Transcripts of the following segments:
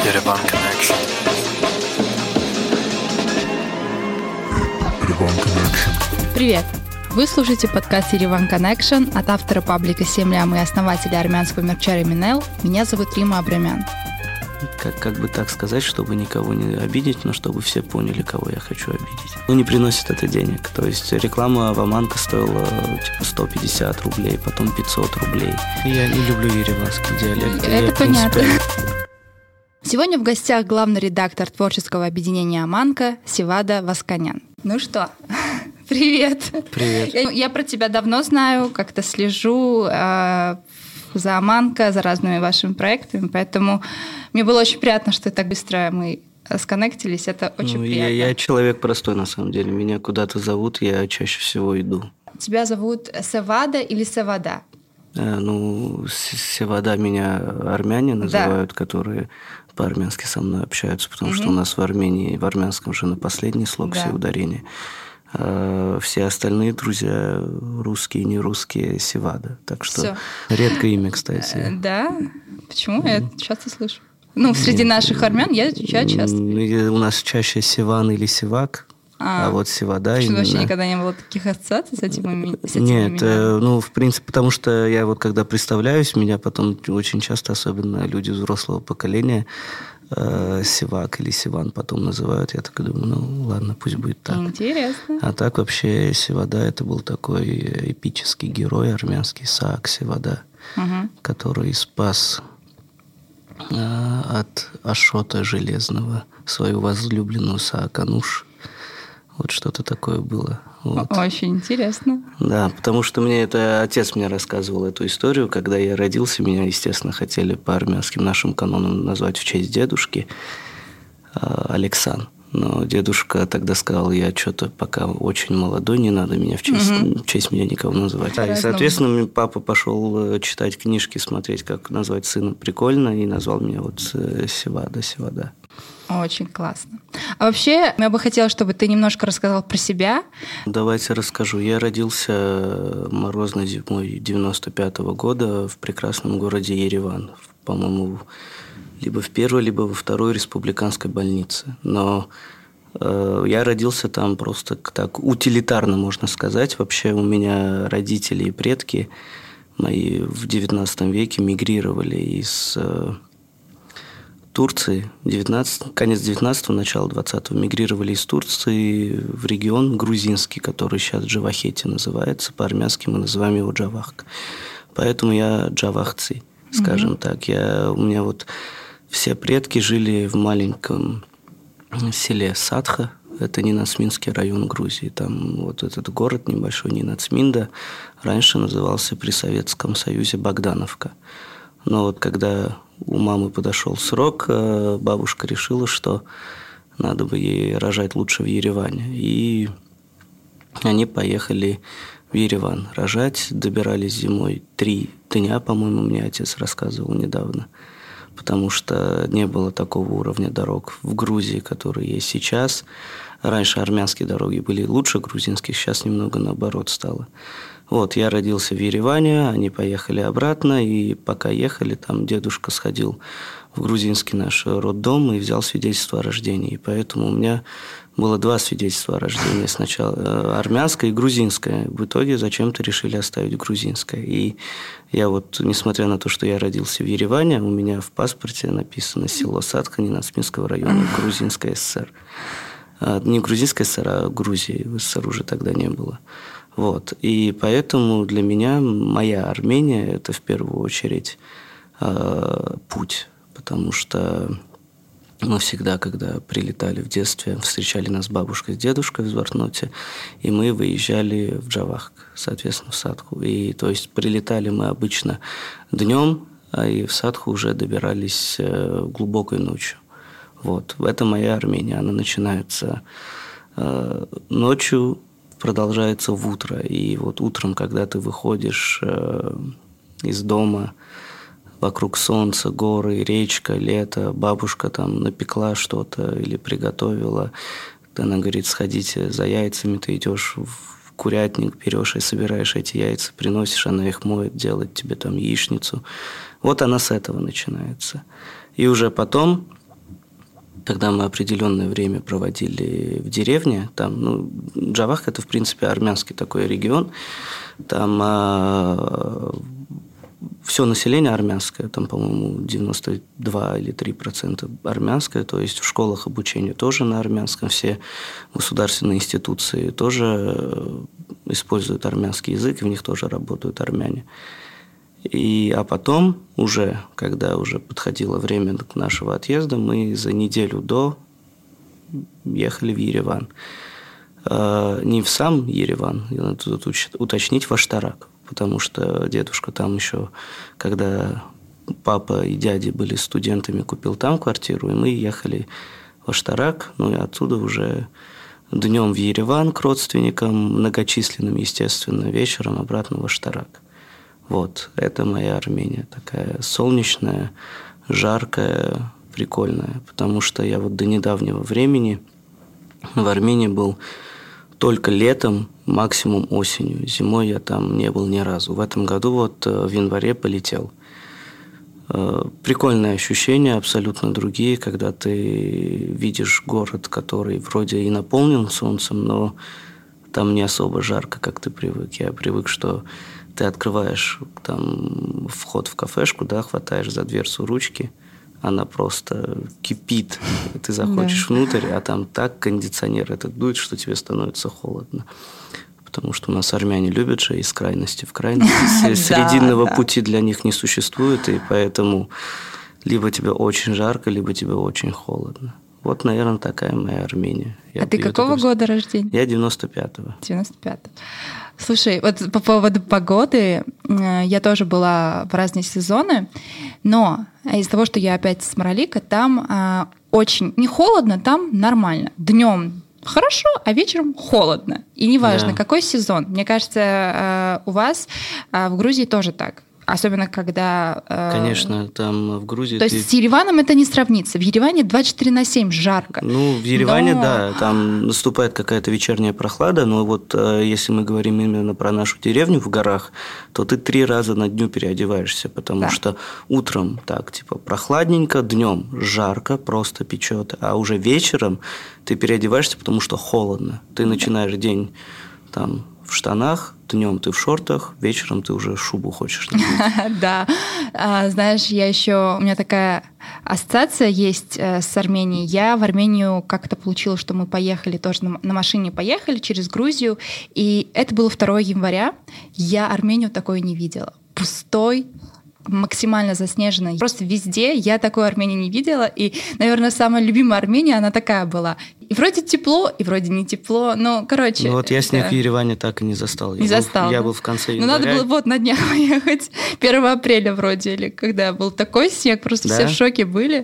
Yerevan Connection. Привет! Вы слушаете подкаст Yerevan Connection от автора паблика «Семлям» и основателя армянского мерча Реминел. Меня зовут Рима Абрамян. Как бы так сказать, чтобы никого не обидеть, но чтобы все поняли, кого я хочу обидеть. Не приносит это денег. То есть реклама в Аманка стоила 150 рублей, потом 500 рублей. Я не люблю ереванский диалект. Это понятно. Сегодня в гостях главный редактор творческого объединения «Аманка» Севада Васканян. Ну что, привет. Привет. Я про тебя давно знаю, как-то слежу за «Аманка», за разными вашими проектами, поэтому мне было очень приятно, что так быстро мы сконнектились, это очень приятно. Я человек простой, на самом деле. Меня куда-то зовут, я чаще всего иду. Тебя зовут Севада или Севада? Севада меня армяне называют, которые по-армянски со мной общаются, потому что у нас в Армении, в армянском же на последний слог все ударения. Все остальные друзья русские, не русские, Севада. Так что редкое имя, кстати. Да? Почему? Я часто слышу. Среди наших армян я часто. У нас чаще Севан или Севак, а вот Севада именно. Вообще никогда не было таких ассоциаций с этими именами? Нет, в принципе, потому что я вот когда представляюсь, меня потом очень часто, особенно люди взрослого поколения, Севак или Севан потом называют. Я так думаю, ладно, пусть будет так. Интересно. А так вообще Севада это был такой эпический герой армянский, Саак Севада, который спас от Ашота Железного свою возлюбленную Саакануш. Вот что-то такое было. Вот. Очень интересно. Да, потому что отец мне рассказывал эту историю. Когда я родился, меня, естественно, хотели по армянским нашим канонам назвать в честь дедушки Алексан. Но дедушка тогда сказал, я что-то пока очень молодой, не надо меня в честь меня никого называть. И, соответственно, папа пошел читать книжки, смотреть, как назвать сына прикольно, и назвал меня вот Севада. Очень классно. А вообще, я бы хотела, чтобы ты немножко рассказал про себя. Давайте расскажу. Я родился морозной зимой 95-го года в прекрасном городе Ереван. По-моему, либо в первой, либо во второй республиканской больнице. Но я родился там просто так утилитарно, можно сказать. Вообще у меня родители и предки мои в 19 веке мигрировали из Турции, конец 19-го, начало 20-го, мигрировали из Турции в регион грузинский, который сейчас Джавахети называется, по-армянски мы называем его Джавахк. Поэтому я джавахцы, скажем так. У меня вот все предки жили в маленьком селе Садха, это Нинацминский район Грузии. Там вот этот город небольшой Нинацминда раньше назывался при Советском Союзе Богдановка. Но вот когда у мамы подошел срок, бабушка решила, что надо бы ей рожать лучше в Ереване. И они поехали в Ереван рожать. Добирались зимой 3 дня, по-моему, мне отец рассказывал недавно. Потому что не было такого уровня дорог в Грузии, который есть сейчас. Раньше армянские дороги были лучше грузинских, сейчас немного наоборот стало. Вот, я родился в Ереване, они поехали обратно, и пока ехали, там дедушка сходил в грузинский наш роддом и взял свидетельство о рождении. И поэтому у меня было 2 свидетельства о рождении. Сначала армянское и грузинское. В итоге зачем-то решили оставить грузинское. И я вот, несмотря на то, что я родился в Ереване, у меня в паспорте написано село Садха Нинацминского района, Грузинская ССР. Не Грузинская ССР, а Грузии. В СССР уже тогда не было. Вот. И поэтому для меня моя Армения – это в первую очередь путь. Потому что мы всегда, когда прилетали в детстве, встречали нас бабушка с дедушкой в Звартноте, и мы выезжали в Джавахк, соответственно, в Садху. И то есть прилетали мы обычно днем, и в Садху уже добирались глубокой ночью. Вот. Это моя Армения. Она начинается ночью, продолжается в утро. И вот утром, когда ты выходишь из дома, вокруг солнца, горы, речка, лето, бабушка там напекла что-то или приготовила. Она говорит, сходите за яйцами, ты идешь в курятник, берешь и собираешь эти яйца, приносишь, она их моет, делает тебе там яичницу. Вот она с этого начинается. И уже потом когда мы определенное время проводили в деревне, там, Джавах – это, в принципе, армянский такой регион, там все население армянское, там, по-моему, 92 или 3% армянское, то есть в школах обучение тоже на армянском, все государственные институции тоже используют армянский язык, и в них тоже работают армяне. А потом, уже, когда уже подходило время к нашего отъезда, мы за неделю до ехали в Ереван. Не в сам Ереван, надо тут уточнить, в Аштарак, потому что дедушка там еще, когда папа и дядя были студентами, купил там квартиру, и мы ехали в Аштарак, и оттуда уже днем в Ереван к родственникам, многочисленным, естественно, вечером обратно в Аштарак. Вот, это моя Армения, такая солнечная, жаркая, прикольная, потому что я вот до недавнего времени в Армении был только летом, максимум осенью. Зимой я там не был ни разу. В этом году вот в январе полетел. Прикольные ощущения, абсолютно другие, когда ты видишь город, который вроде и наполнен солнцем, но там не особо жарко, как ты привык. Я привык, что ты открываешь там вход в кафешку, да, хватаешь за дверцу ручки, она просто кипит. Ты заходишь внутрь, а там так кондиционер этот дует, что тебе становится холодно. Потому что у нас армяне любят же из крайности в крайность. Срединного пути для них не существует, и поэтому либо тебе очень жарко, либо тебе очень холодно. Вот, наверное, такая моя Армения. А ты какого года рождения? Я 95-го. 95-го. Слушай, вот по поводу погоды, я тоже была в разные сезоны, но из-за того, что я опять с Маралика, там очень не холодно, там нормально. Днем хорошо, а вечером холодно. И неважно, какой сезон. Мне кажется, у вас в Грузии тоже так. Особенно когда... Конечно, там в Грузии... То есть с Ереваном это не сравнится. В Ереване 24/7 жарко. В Ереване, да, там наступает какая-то вечерняя прохлада, но вот если мы говорим именно про нашу деревню в горах, то ты 3 раза на дню переодеваешься, потому что утром так, типа, прохладненько, днем жарко, просто печет, а уже вечером ты переодеваешься, потому что холодно. Ты начинаешь день там в штанах, днем ты в шортах, вечером ты уже шубу хочешь надеть. Да. Знаешь, у меня такая ассоциация есть с Арменией. Я в Армению как-то получила, что мы поехали, тоже на машине поехали через Грузию, и это было 2 января. Я Армению такой не видела. Пустой, максимально заснеженной. Просто везде я такой Армении не видела. И, наверное, самая любимая Армения, она такая была. И вроде тепло, и вроде не тепло. Но, короче... Я снег в Ереване так и не застал. Я был в конце января. Надо было на днях поехать. 1 апреля вроде, или когда был такой снег, просто все в шоке были.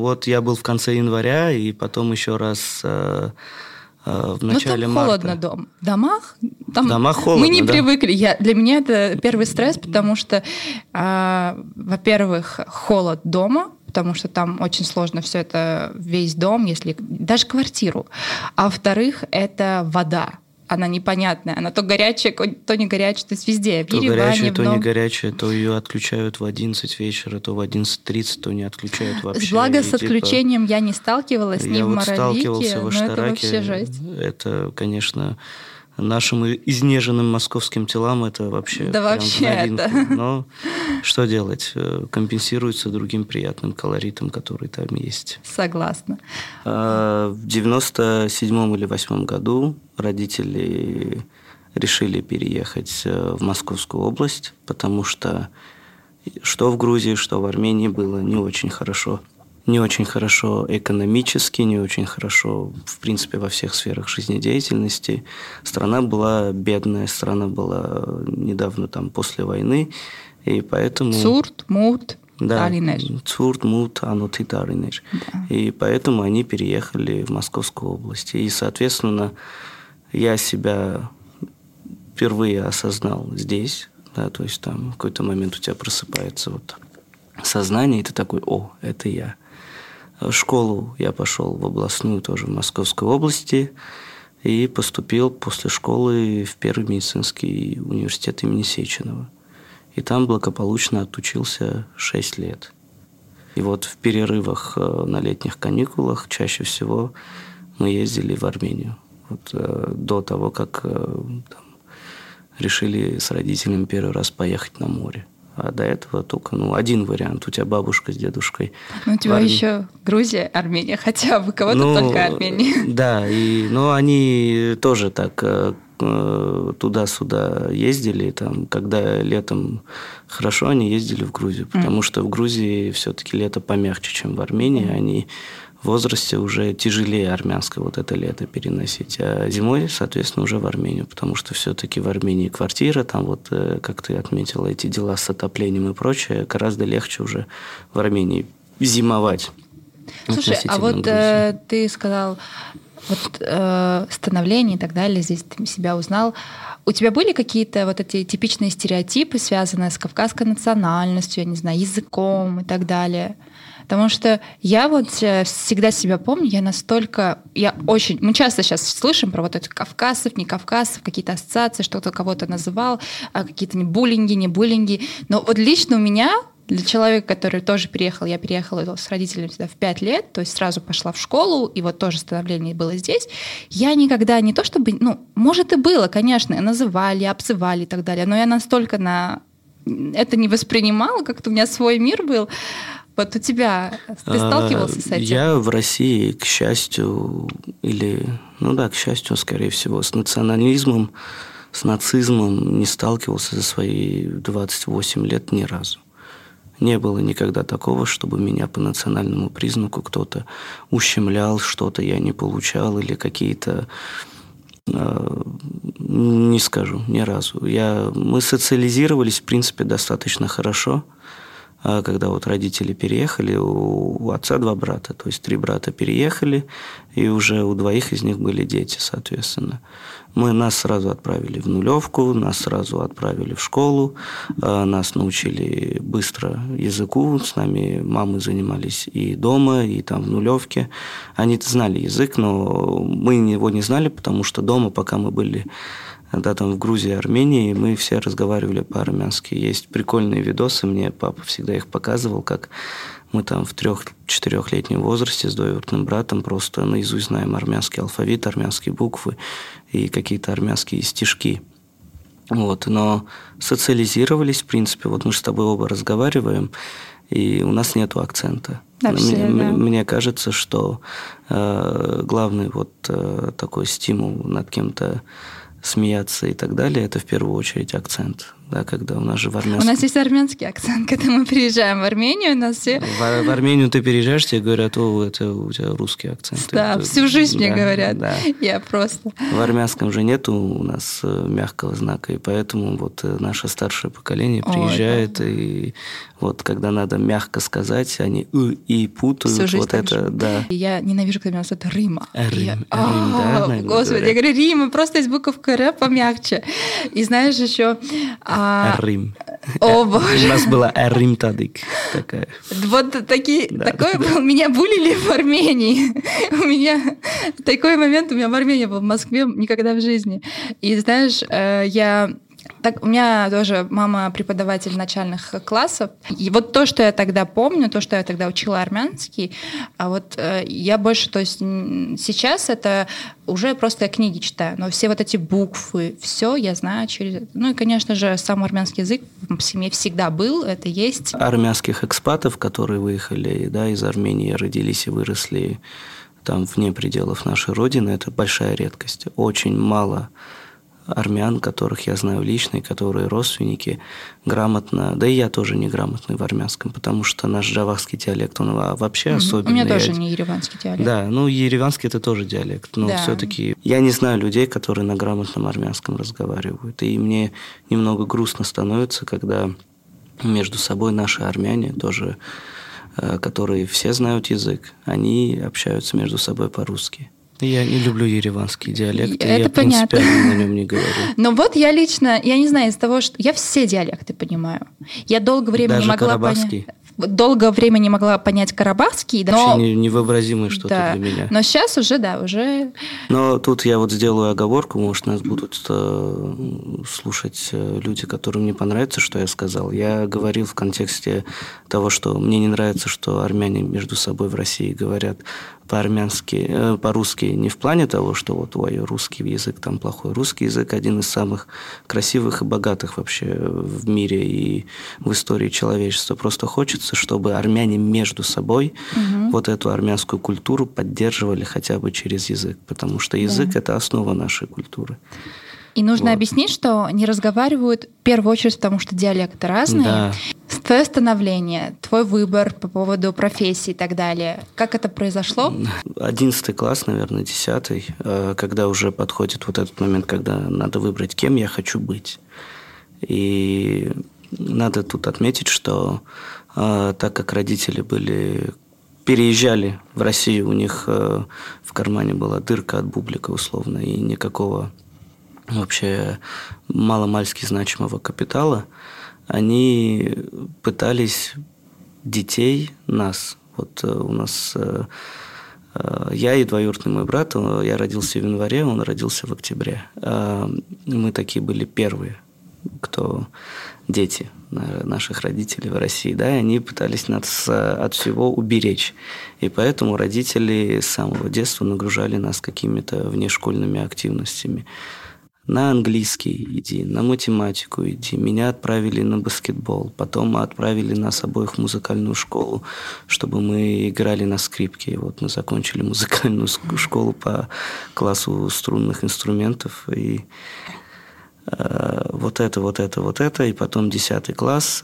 Я был в конце января, и потом еще раз... в начале там марта. Холодно дома. В домах холодно, мы не привыкли. Для меня это первый стресс, потому что, во-первых, холод дома, потому что там очень сложно все это, весь дом, если даже квартиру. А во-вторых, это вода. Она непонятная. Она то горячая, то не горячая. То есть везде. То горячая, то не горячая. То ее отключают в 11 вечера, то в 11:30, то не отключают вообще. Благо, с отключением я не сталкивалась ни в Маралике. Я сталкивался в Аштараке. Это вообще жесть. Это, конечно, нашим изнеженным московским телам это вообще в новинку. Но что делать? Компенсируется другим приятным колоритом, который там есть. Согласна. В 97-м или 8-м году родители решили переехать в Московскую область, потому что в Грузии, что в Армении было не очень хорошо. Не очень хорошо экономически, не очень хорошо, в принципе, во всех сферах жизнедеятельности. Страна была бедная, страна была недавно там после войны, и поэтому... Цурт, мут, Таринер. Цурт, мут, анути, таринер. И поэтому они переехали в Московскую область. И, соответственно, я себя впервые осознал здесь, да, то есть там в какой-то момент у тебя просыпается вот сознание, и ты такой: о, это я. В школу я пошел в областную, тоже в Московской области, и поступил после школы в Первый медицинский университет имени Сеченова. И там благополучно отучился 6 лет. И вот в перерывах на летних каникулах чаще всего мы ездили в Армению. Вот, до того, как решили с родителями первый раз поехать на море. А до этого только один вариант. У тебя бабушка с дедушкой. У тебя еще Грузия, Армения, хотя бы кого-то только Армения. Да, но они тоже так туда-сюда ездили. Там, когда летом хорошо, они ездили в Грузию, потому что в Грузии все-таки лето помягче, чем в Армении. Они в возрасте уже тяжелее армянское вот это лето переносить. А зимой, соответственно, уже в Армению, потому что все-таки в Армении квартира, там вот, как ты отметила, эти дела с отоплением и прочее, гораздо легче уже в Армении зимовать. Слушай, а вот ты сказал, становление и так далее, здесь ты себя узнал. У тебя были какие-то вот эти типичные стереотипы, связанные с кавказской национальностью, я не знаю, языком и так далее? Потому что я вот всегда себя помню, мы часто сейчас слышим про вот этих кавказцев, не кавказцев, какие-то ассоциации, что-то кого-то называл, какие-то буллинги, не буллинги. Но вот лично у меня, для человека, который тоже переехал, я переехала с родителями сюда в 5 лет, то есть сразу пошла в школу, и вот тоже становление было здесь. Я никогда не то чтобы... может и было, конечно, называли, обзывали и так далее, но я настолько это не воспринимала, как-то у меня свой мир был. Вот у тебя, ты сталкивался с этим? Я в России, к счастью, к счастью, скорее всего, с национализмом, с нацизмом не сталкивался за свои 28 лет ни разу. Не было никогда такого, чтобы меня по национальному признаку кто-то ущемлял, что-то я не получал или какие-то... Не скажу, ни разу. Мы социализировались, в принципе, достаточно хорошо. Когда вот родители переехали, у отца 2 брата, то есть 3 брата переехали, и уже у 2 из них были дети, соответственно. Нас сразу отправили в нулевку, нас сразу отправили в школу, нас научили быстро языку, с нами мамы занимались и дома, и там в нулевке. Они-то знали язык, но мы его не знали, потому что дома, пока мы были... Когда там в Грузии, Армении, мы все разговаривали по-армянски. Есть прикольные видосы, мне папа всегда их показывал, как мы там в 3-4-летнем возрасте с двоюродным братом просто наизусть знаем армянский алфавит, армянские буквы и какие-то армянские стишки. Но социализировались, в принципе, вот мы с тобой оба разговариваем, и у нас нету акцента. Да, мне кажется, что главный такой стимул над кем-то смеяться и так далее, это в первую очередь акцент. Да, когда у нас же в армянском... У нас есть армянский акцент, когда мы приезжаем в Армению, у нас все... В Армению ты переезжаешь, тебе говорят, это у тебя русский акцент. Да, всю жизнь мне говорят. Да. Я просто... В армянском же нету у нас мягкого знака, и поэтому наше старшее поколение приезжает, и когда надо мягко сказать, они и путают. Всю жизнь так же. Да. Я ненавижу, когда у нас это Рима. Рим, да? Господи, я говорю Рима, просто есть буковка Р помягче. И знаешь еще... Рим. О, боже. У нас была Рим Тадик такая. Такое было. Меня булили в Армении. У меня такой момент, у меня в Армении был, в Москве, никогда в жизни. И знаешь, у меня тоже мама преподаватель начальных классов. И вот то, что я тогда помню, то, что я тогда учила армянский, я больше, то есть сейчас это уже просто я книги читаю, но все вот эти буквы, все я знаю через... и, конечно же, сам армянский язык в семье всегда был, это есть. Армянских экспатов, которые выехали, из Армении, родились и выросли там вне пределов нашей родины, это большая редкость. Очень мало армян, которых я знаю лично, и которые родственники грамотно, да и я тоже неграмотный в армянском, потому что наш джавахский диалект, он вообще особенный. У меня тоже не ереванский диалект. Да, ереванский это тоже диалект, но все-таки я не знаю людей, которые на грамотном армянском разговаривают, и мне немного грустно становится, когда между собой наши армяне тоже, которые все знают язык, они общаются между собой по-русски. Я не люблю ереванский диалект, это я понятно. принципиально на нем не говорю. Но я лично, я не знаю, из-за того, что я все диалекты понимаю. Я долгое время даже не могла карабахский? долгое время не могла понять карабахский. Вообще невообразимое что-то для меня. Но сейчас уже... Но тут я вот сделаю оговорку, может, нас будут слушать люди, которым не понравится, что я сказал. Я говорил в контексте того, что мне не нравится, что армяне между собой в России говорят по-русски не в плане того, что вот ой, русский язык там плохой. Русский язык один из самых красивых и богатых вообще в мире и в истории человечества. Просто хочется, чтобы армяне между собой вот эту армянскую культуру поддерживали хотя бы через язык, потому что язык это основа нашей культуры. И нужно объяснить, что не разговаривают в первую очередь, потому что диалекты разные. Да. Твое становление, твой выбор по поводу профессии и так далее. Как это произошло? 11 класс, наверное, 10, когда уже подходит вот этот момент, когда надо выбрать, кем я хочу быть. И надо тут отметить, что так как родители переезжали в Россию, у них в кармане была дырка от бублика условно, и никакого вообще маломальски значимого капитала, они пытались детей, нас, вот у нас, я и двоюродный мой брат, я родился в январе, он родился в октябре. Мы такие были первые, кто дети наших родителей в России, да, и они пытались нас от всего уберечь. И поэтому родители с самого детства нагружали нас какими-то внешкольными активностями. На английский иди, на математику иди. Меня отправили на баскетбол. Потом отправили нас обоих в музыкальную школу, чтобы мы играли на скрипке. И вот мы закончили музыкальную школу по классу струнных инструментов. И вот это. И потом 10 класс.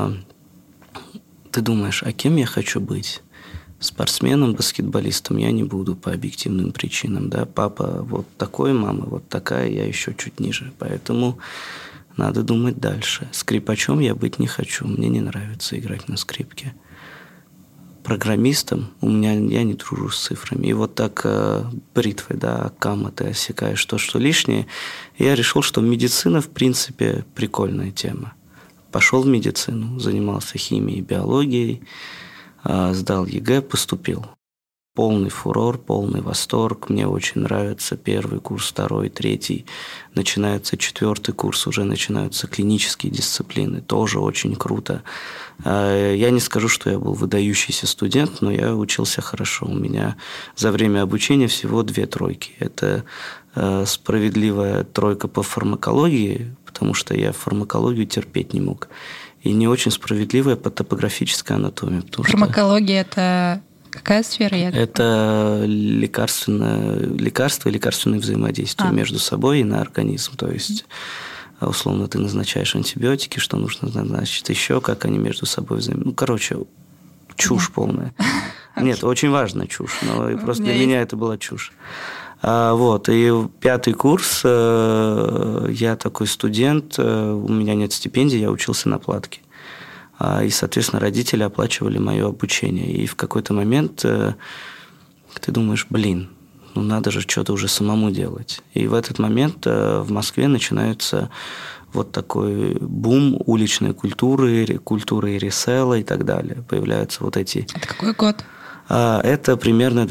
Ты думаешь, а кем я хочу быть? Спортсменом, баскетболистом я не буду по объективным причинам. Да? Папа вот такой, мама вот такая, я еще чуть ниже. Поэтому надо думать дальше. Скрипачом я быть не хочу. Мне не нравится играть на скрипке. Программистом я не дружу с цифрами. И вот так бритвой, да, камма ты осекаешь то, что лишнее. И я решил, что медицина, в принципе, прикольная тема. Пошел в медицину, занимался химией, биологией, сдал ЕГЭ, поступил. Полный фурор, полный восторг. Мне очень нравится первый курс, второй, третий. Начинается 4 курс, уже начинаются клинические дисциплины. Тоже очень круто. Я не скажу, что я был выдающийся студент, но я учился хорошо. У меня за время обучения всего 2 тройки. Это справедливая тройка по фармакологии, потому что я фармакологию терпеть не мог. И не очень справедливая по топографической анатомии. Фармакология – это какая сфера? Это лекарства и лекарственное взаимодействие между собой и на организм. То есть, условно, ты назначаешь антибиотики, что нужно назначить еще, как они между собой взаимодействуют. Короче, чушь полная. Нет, очень важная чушь, но просто для меня это была чушь. Вот, и 5 курс, я такой студент, у меня нет стипендий, я учился на платке. И, соответственно, родители оплачивали мое обучение. И в какой-то момент ты думаешь, ну надо же что-то уже самому делать. И в этот момент в Москве начинается вот такой бум уличной культуры ресела и так далее. Появляются вот эти... Это какой год? Это примерно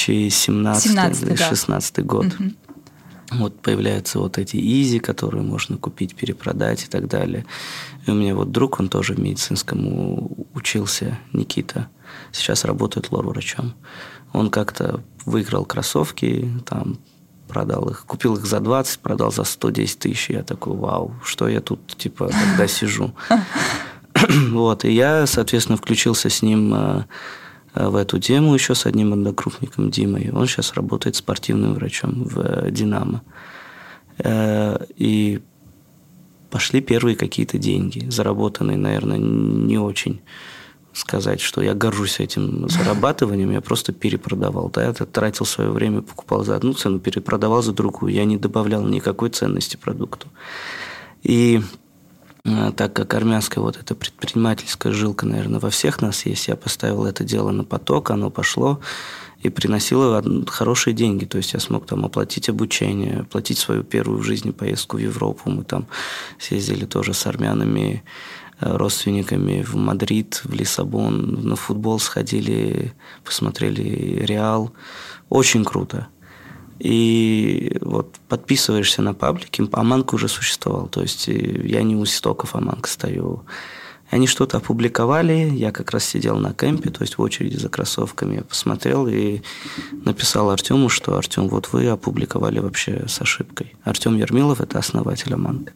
2017-2016 год. Угу. Вот появляются вот эти изи, которые можно купить, перепродать и так далее. И у меня вот друг, он тоже медицинскому учился, Никита. Сейчас работает лор-врачом. Он как-то выиграл кроссовки, там продал их, купил их за 20, продал за 110 тысяч. Я такой, вау, что я тут типа тогда сижу. Вот, и я, соответственно, включился с ним в эту тему еще с одним одногруппником Димой. Он сейчас работает спортивным врачом в «Динамо». И пошли первые какие-то деньги, заработанные, наверное, не очень сказать, что я горжусь этим зарабатыванием, я просто перепродавал. Да? Я тратил свое время, покупал за одну цену, перепродавал за другую. Я не добавлял никакой ценности продукту. И так как армянская вот эта предпринимательская жилка, наверное, во всех нас есть, я поставил это дело на поток, оно пошло и приносило хорошие деньги. То есть я смог там оплатить обучение, оплатить свою первую в жизни поездку в Европу. Мы там съездили тоже с армянами родственниками в Мадрид, в Лиссабон, на футбол сходили, посмотрели Реал. Очень круто. И вот подписываешься на паблики, Аманка уже существовал, то есть я не у истоков Аманка стою. Они что-то опубликовали, я как раз сидел на кемпе, то есть в очереди за кроссовками, я посмотрел и написал Артему, что Артем, вот вы опубликовали вообще с ошибкой. Артем Ермилов – это основатель Аманка.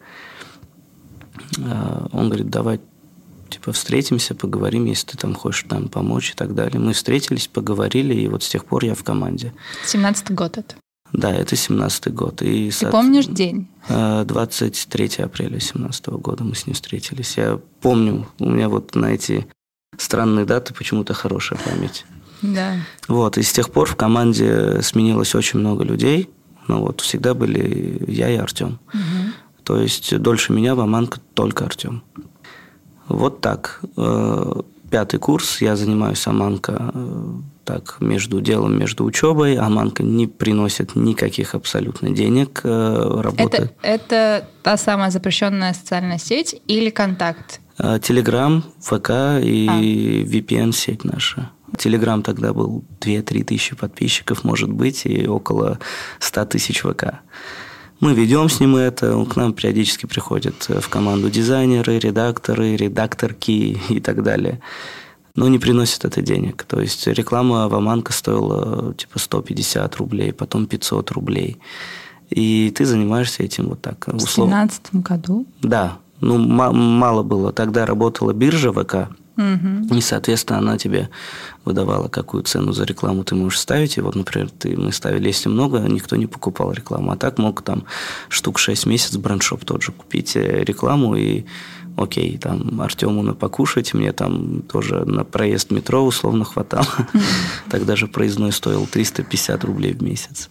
Он говорит, давай встретимся, поговорим, если ты там хочешь нам помочь и так далее. Мы встретились, поговорили, и вот с тех пор я в команде. 17-й год это? Да, это 17-й год. И, ты помнишь день? 23 апреля 17-го года мы с ним встретились. Я помню, у меня вот на эти странные даты почему-то хорошая память. Да. Вот, и с тех пор в команде сменилось очень много людей, но вот всегда были я и Артем. Угу. То есть дольше меня в Аманка только Артем. Вот так. 5-й курс, я занимаюсь Аманка так между делом, между учебой. Аманка не приносит никаких абсолютно денег работы. Это та самая запрещенная социальная сеть или контакт? Телеграм, ВК и VPN-сеть наша. Телеграм тогда был 2-3 тысячи подписчиков, может быть, и около 100 тысяч ВК. Мы ведем с ним это, к нам периодически приходят в команду дизайнеры, редакторы, редакторки и так далее. Но не приносит это денег. То есть реклама в Аманка стоила 150 рублей, потом 500 рублей. И ты занимаешься этим вот так. В 2017 году? Да. Мало было. Тогда работала биржа ВК. Угу. И, соответственно, она тебе выдавала, какую цену за рекламу ты можешь ставить. И вот, например, мы ставили, если много, никто не покупал рекламу. А так мог там штук 6 месяцев брендшоп тот же купить рекламу. И окей, там Артему на покушать, мне там тоже на проезд метро условно хватало. Тогда же проездной стоил 350 рублей в месяц.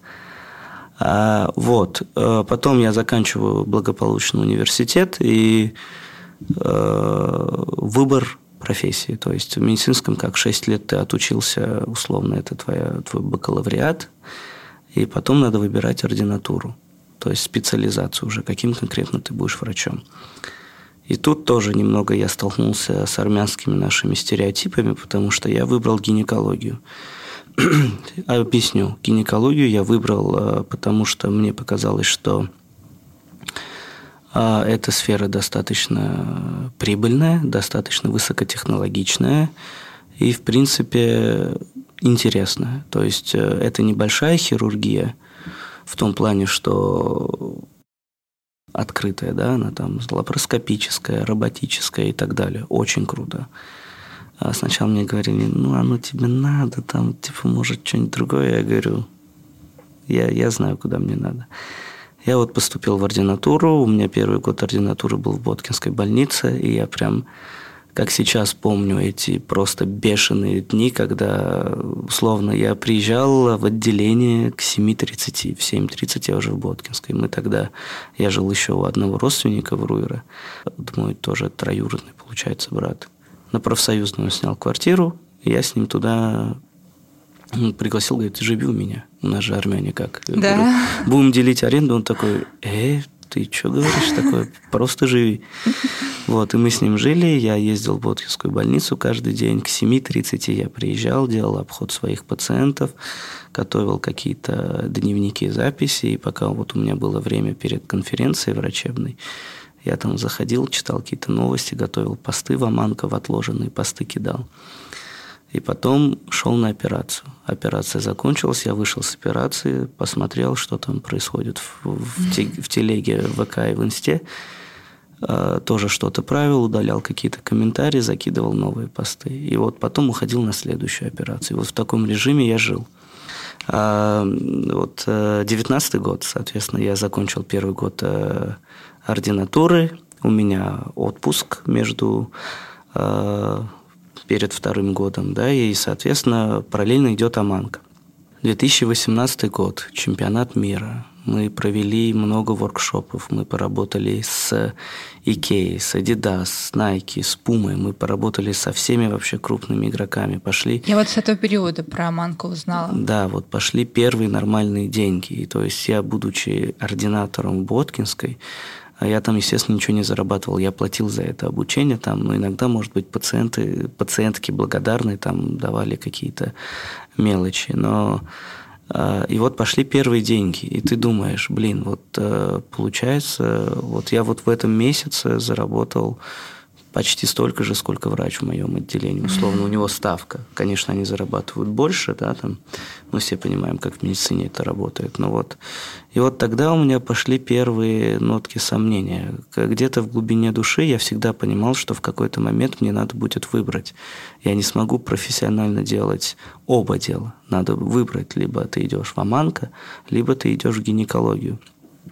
Вот. Потом я заканчиваю благополучно университет и выбор профессии. То есть в медицинском, как 6 лет ты отучился, условно, это твой бакалавриат, и потом надо выбирать ординатуру, то есть специализацию уже, каким конкретно ты будешь врачом. И тут тоже немного я столкнулся с армянскими нашими стереотипами, потому что я выбрал гинекологию. Объясню. Гинекологию я выбрал, потому что мне показалось, что эта сфера достаточно прибыльная, достаточно высокотехнологичная и, в принципе, интересная. То есть это небольшая хирургия в том плане, что открытая, да, она там лапароскопическая, роботическая и так далее. Очень круто. А сначала мне говорили, оно тебе надо, там, может, что-нибудь другое. Я говорю, я знаю, куда мне надо. Я вот поступил в ординатуру, у меня первый год ординатуры был в Боткинской больнице, и я прям, как сейчас помню, эти просто бешеные дни, когда, условно, я приезжал в отделение к 7:30, в 7:30 я уже в Боткинской. Я жил еще у одного родственника в Руире, мой тоже троюродный, получается, брат. На Профсоюзную снял квартиру, и я с ним туда пригласил, говорит, живи у меня. У нас же армяне как? Да. Говорю, будем делить аренду. Он такой, ты что говоришь такое? Просто живи. Вот, и мы с ним жили. Я ездил в Боткинскую больницу каждый день. К 7:30 я приезжал, делал обход своих пациентов, готовил какие-то дневники, записи. И пока вот у меня было время перед конференцией врачебной, я там заходил, читал какие-то новости, готовил посты в Аманка, в отложенные посты кидал. И потом шел на операцию. Операция закончилась, я вышел с операции, посмотрел, что там происходит в телеге, в ВК и в Инсте. Тоже что-то правил, удалял какие-то комментарии, закидывал новые посты. И вот потом уходил на следующую операцию. И вот в таком режиме я жил. Вот 19-й год, соответственно, я закончил первый год ординатуры. У меня отпуск перед вторым годом, да, и, соответственно, параллельно идет Аманка. 2018 год, чемпионат мира. Мы провели много воркшопов, мы поработали с Икеей, с Adidas, с Nike, с Puma, мы поработали со всеми вообще крупными игроками. Пошли... Я вот с этого периода про Аманку узнала. Да, вот пошли первые нормальные деньги. И, то есть я, будучи ординатором в Боткинской, А я там, естественно, ничего не зарабатывал. Я платил за это обучение. Там, но иногда, может быть, пациентки благодарные там давали какие-то мелочи. Но и вот пошли первые деньги. И ты думаешь, блин, вот получается, вот я вот в этом месяце заработал почти столько же, сколько врач в моем отделении. Условно, у него ставка. Конечно, они зарабатывают больше, да, там, мы все понимаем, как в медицине это работает. Но вот. И вот тогда у меня пошли первые нотки сомнения. Где-то в глубине души я всегда понимал, что в какой-то момент мне надо будет выбрать. Я не смогу профессионально делать оба дела. Надо выбрать, либо ты идешь в Аманко, либо ты идешь в гинекологию.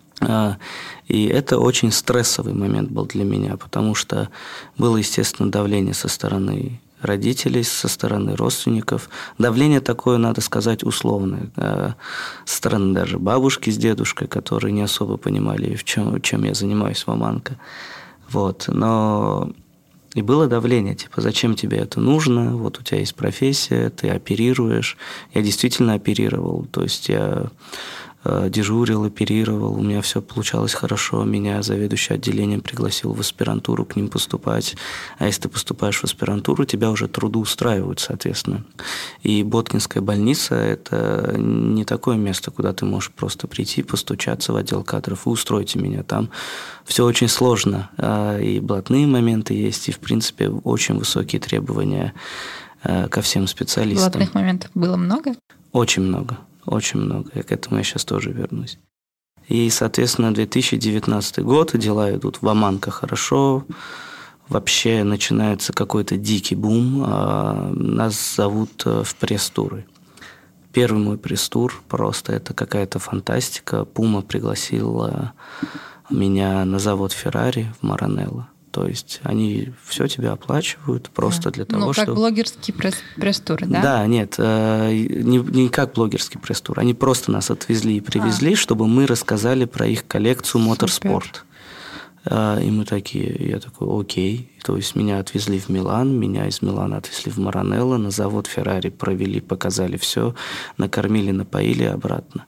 И это очень стрессовый момент был для меня, потому что было, естественно, давление со стороны родителей, со стороны родственников. Давление такое, надо сказать, условное. Со стороны даже бабушки с дедушкой, которые не особо понимали, чем я занимаюсь в Аманко. Вот. Но и было давление, типа, зачем тебе это нужно, вот у тебя есть профессия, ты оперируешь. Я действительно оперировал, то есть я дежурил, оперировал, у меня все получалось хорошо, меня заведующий отделением пригласил в аспирантуру к ним поступать, а если ты поступаешь в аспирантуру, тебя уже трудоустраивают, соответственно. И Боткинская больница – это не такое место, куда ты можешь просто прийти, постучаться в отдел кадров и устроите меня. Там все очень сложно, и блатные моменты есть, и, в принципе, очень высокие требования ко всем специалистам. Блатных моментов было много? Очень много. Очень много. К этому я сейчас тоже вернусь. И, соответственно, 2019 год, дела идут в Аманко хорошо. Вообще начинается какой-то дикий бум. Нас зовут в пресс-туры. Первый мой пресс-тур просто это какая-то фантастика. Пума пригласила меня на завод Феррари в Маранелло. То есть они все тебе оплачивают просто для того, как чтобы... блогерский пресс-тур, да? Да, нет, не как блогерский пресс-тур. Они просто нас отвезли и привезли, чтобы мы рассказали про их коллекцию моторспорт. И мы такие, я такой, окей. То есть меня отвезли в Милан, меня из Милана отвезли в Маранелло, на завод Феррари провели, показали все, накормили, напоили обратно.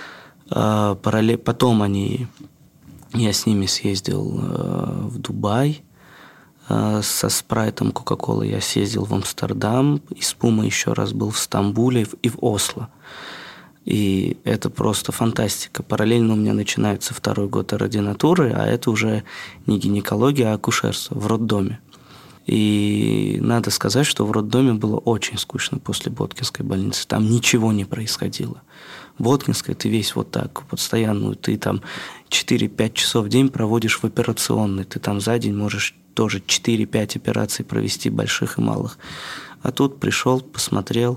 Потом я с ними съездил в Дубай, со Спрайтом, Кока-Колой я съездил в Амстердам, из Пумы еще раз был в Стамбуле и в Осло. И это просто фантастика. Параллельно у меня начинается второй год ординатуры, а это уже не гинекология, а акушерство в роддоме. И надо сказать, что в роддоме было очень скучно после Боткинской больницы. Там ничего не происходило. В Боткинской ты весь вот так, постоянную, ты там 4-5 часов в день проводишь в операционной. Ты там за день можешь тоже 4-5 операций провести, больших и малых. А тут пришел, посмотрел,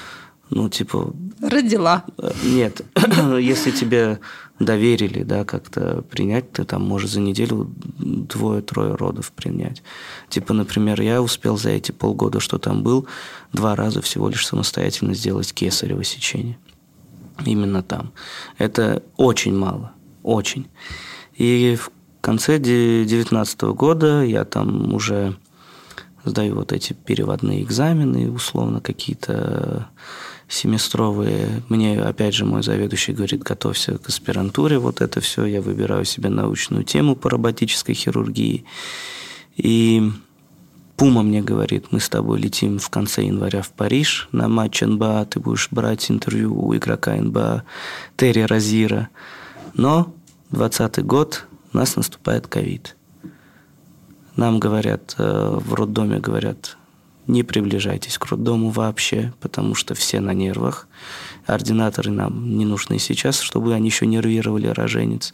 Родила. Нет, если тебе доверили, да, как-то принять, ты там можешь за неделю 2-3 родов принять. Например, я успел за эти полгода, что там был, 2 раза всего лишь самостоятельно сделать кесарево сечение. Именно там. Это очень мало, очень. И в конце 2019 года я там уже сдаю вот эти переводные экзамены, условно какие-то семестровые. Мне, опять же, мой заведующий говорит, готовься к аспирантуре, вот это все. Я выбираю себе научную тему по роботической хирургии. И Пума мне говорит, мы с тобой летим в конце января в Париж на матч НБА, ты будешь брать интервью у игрока НБА Терри Розира. Но 2020 год, у нас наступает ковид. Нам говорят, в роддоме говорят, не приближайтесь к роддому вообще, потому что все на нервах. Ординаторы нам не нужны сейчас, чтобы они еще нервировали роженец.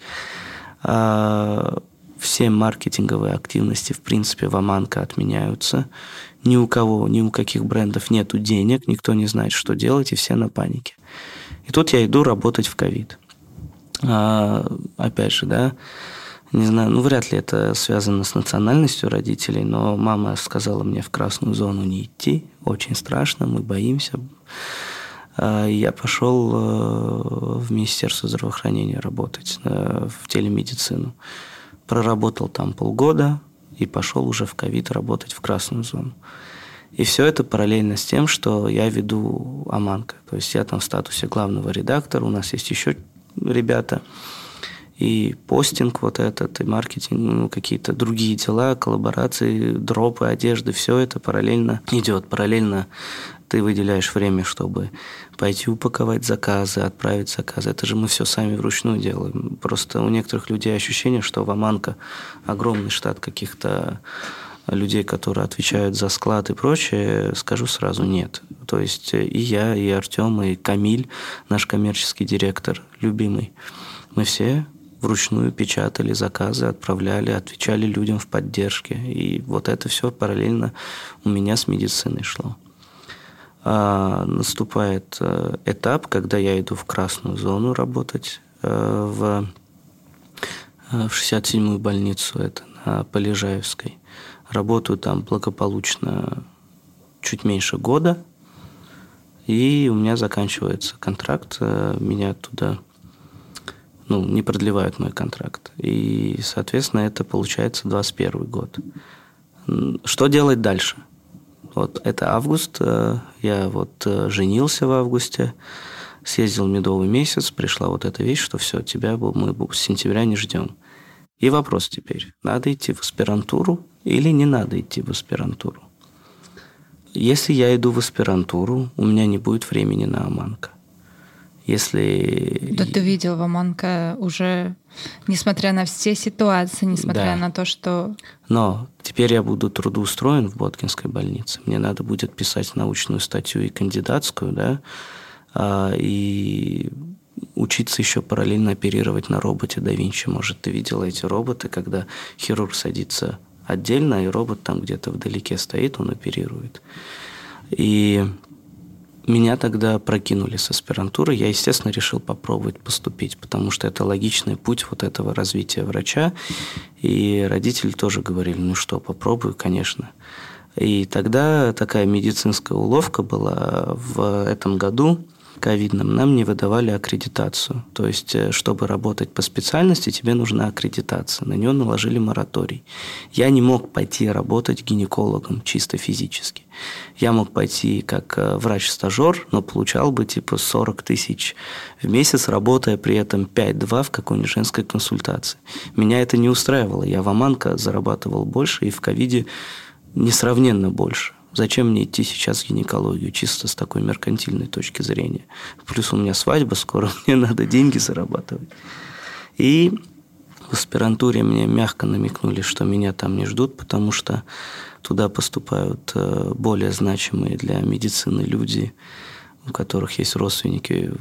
Все маркетинговые активности, в принципе, в Аманко отменяются. Ни у каких брендов нету денег, никто не знает, что делать, и все на панике. И тут я иду работать в ковид. Опять же, да, не знаю, вряд ли это связано с национальностью родителей, но мама сказала мне в красную зону не идти, очень страшно, мы боимся. Я пошел в Министерство здравоохранения работать, в телемедицину. Проработал там полгода и пошел уже в ковид работать в красную зону. И все это параллельно с тем, что я веду Аманко. То есть я там в статусе главного редактора, у нас есть еще ребята. И постинг вот этот, и маркетинг, ну, какие-то другие дела, коллаборации, дропы, одежды, все это параллельно идет. Параллельно ты выделяешь время, чтобы пойти упаковать заказы, отправить заказы. Это же мы все сами вручную делаем. Просто у некоторых людей ощущение, что в Аманка огромный штат каких-то людей, которые отвечают за склад и прочее, скажу сразу нет. То есть и я, и Артем, и Камиль, наш коммерческий директор, любимый, мы все вручную печатали заказы, отправляли, отвечали людям в поддержке. И вот это все параллельно у меня с медициной шло. Наступает этап, когда я иду в красную зону работать, в 67-ю больницу, это на Полежаевской. Работаю там благополучно чуть меньше года, и у меня заканчивается контракт, меня туда не продлевают мой контракт. И, соответственно, это получается 21 год. Что делать дальше? Вот это август, я вот женился в августе, съездил медовый месяц, пришла вот эта вещь, что все, тебя мы с сентября не ждем. И вопрос теперь, надо идти в аспирантуру или не надо идти в аспирантуру? Если я иду в аспирантуру, у меня не будет времени на Аманка. Если... Да ты видел в Аманка уже, несмотря на все ситуации, несмотря на то, что... Но теперь я буду трудоустроен в Боткинской больнице. Мне надо будет писать научную статью и кандидатскую, да, и учиться еще параллельно оперировать на роботе да Винчи. Может, ты видела эти роботы, когда хирург садится отдельно, и робот там где-то вдалеке стоит, он оперирует. И меня тогда прокинули с аспирантуры. Я, естественно, решил попробовать поступить, потому что это логичный путь вот этого развития врача. И родители тоже говорили, ну что, попробую, конечно. И тогда такая медицинская уловка была в этом году, ковидном, нам не выдавали аккредитацию. То есть, чтобы работать по специальности, тебе нужна аккредитация. На нее наложили мораторий. Я не мог пойти работать гинекологом чисто физически. Я мог пойти как врач-стажер, но получал бы типа 40 тысяч в месяц, работая при этом 5-2 в какой-нибудь женской консультации. Меня это не устраивало. Я в Аманка зарабатывал больше и в ковиде несравненно больше. Зачем мне идти сейчас в гинекологию, чисто с такой меркантильной точки зрения? Плюс у меня свадьба скоро, мне надо деньги зарабатывать. И в аспирантуре мне мягко намекнули, что меня там не ждут, потому что туда поступают более значимые для медицины люди, у которых есть родственники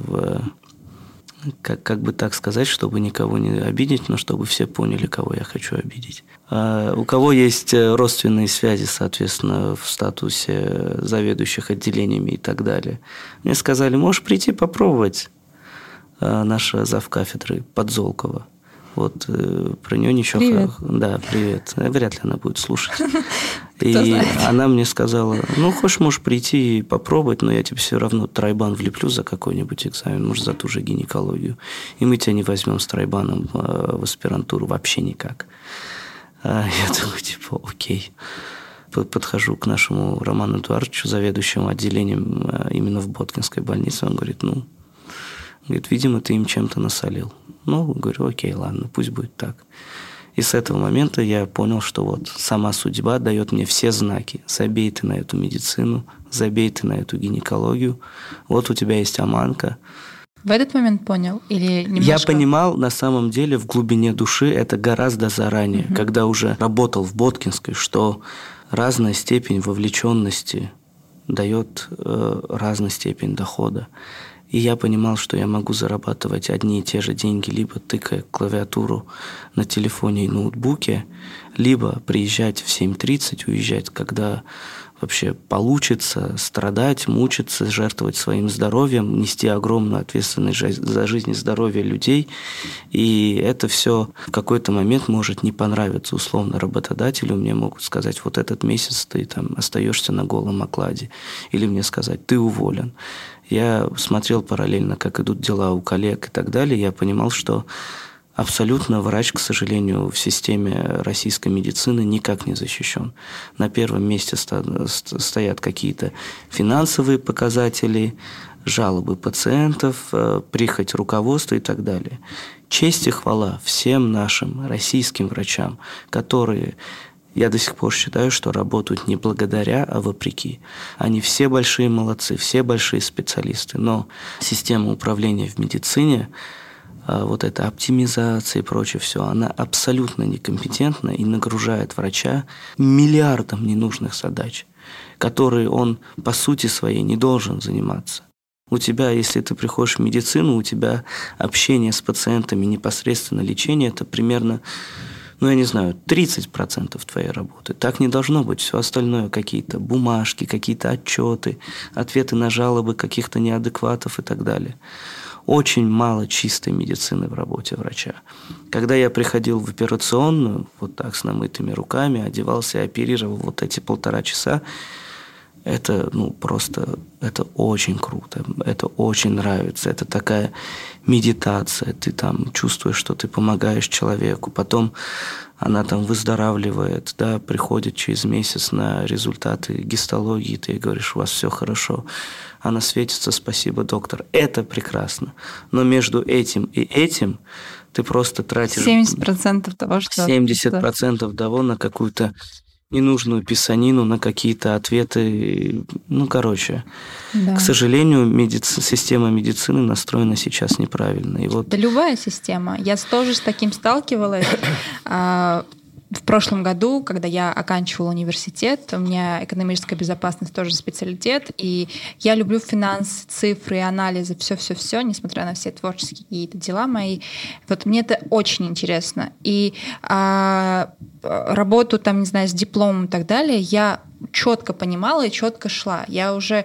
как бы так сказать, чтобы никого не обидеть, но чтобы все поняли, кого я хочу обидеть. У кого есть родственные связи, соответственно, в статусе заведующих отделениями и так далее. Мне сказали, можешь прийти попробовать, наша завкафедры Подзолкова. Вот про нее ничего... Привет. Да, привет. Вряд ли она будет слушать. И она мне сказала, хочешь, можешь прийти и попробовать, но я тебе все равно тройбан влеплю за какой-нибудь экзамен, может, за ту же гинекологию. И мы тебя не возьмем с тройбаном в аспирантуру вообще никак. Я думаю, типа, окей. Подхожу к нашему Роману Эдуардовичу, заведующему отделением именно в Боткинской больнице. Он говорит, видимо, ты им чем-то насолил. Говорю, окей, ладно, пусть будет так. И с этого момента я понял, что вот сама судьба дает мне все знаки. Забей ты на эту медицину, забей ты на эту гинекологию. Вот у тебя есть Аманка. В этот момент понял? Или немножко... Я понимал, на самом деле, в глубине души это гораздо заранее, когда уже работал в Боткинской, что разная степень вовлеченности дает разную степень дохода. И я понимал, что я могу зарабатывать одни и те же деньги, либо тыкая клавиатуру на телефоне и ноутбуке, либо приезжать в 7:30, уезжать, когда вообще получится, страдать, мучиться, жертвовать своим здоровьем, нести огромную ответственность за жизнь и здоровье людей. И это все в какой-то момент может не понравиться условно работодателю. Мне могут сказать, вот этот месяц ты там остаешься на голом окладе. Или мне сказать, ты уволен. Я смотрел параллельно, как идут дела у коллег и так далее. Я понимал, что Абсолютно врач, к сожалению, в системе российской медицины никак не защищен. На первом месте стоят какие-то финансовые показатели, жалобы пациентов, прихоть руководства и так далее. Честь и хвала всем нашим российским врачам, которые, я до сих пор считаю, что работают не благодаря, а вопреки. Они все большие молодцы, все большие специалисты, но система управления в медицине, вот эта оптимизация и прочее все, она абсолютно некомпетентна и нагружает врача миллиардом ненужных задач, которые он по сути своей не должен заниматься. У тебя, если ты приходишь в медицину, у тебя общение с пациентами, непосредственно лечение, это примерно, 30% твоей работы. Так не должно быть. Все остальное, какие-то бумажки, какие-то отчеты, ответы на жалобы каких-то неадекватов и так далее. Очень мало чистой медицины в работе врача. Когда я приходил в операционную, вот так с намытыми руками, одевался и оперировал вот эти 1,5 часа, это это очень круто, это очень нравится, это такая медитация, ты там чувствуешь, что ты помогаешь человеку, потом она там выздоравливает, да, приходит через месяц на результаты гистологии, ты ей говоришь, у вас все хорошо, она светится, спасибо, доктор, это прекрасно, но между этим и этим ты просто тратишь 70% того, что... 70% того на какую-то ненужную писанину, на какие-то ответы. Да. К сожалению, система медицины настроена сейчас неправильно. И вот... Да любая система. Я тоже с таким сталкивалась. В прошлом году, когда я оканчивала университет, у меня экономическая безопасность тоже специалитет, и я люблю финансы, цифры, анализы, все, несмотря на все творческие какие-то дела мои. Вот мне это очень интересно. И работу там, с дипломом и так далее, я четко понимала и четко шла. Я уже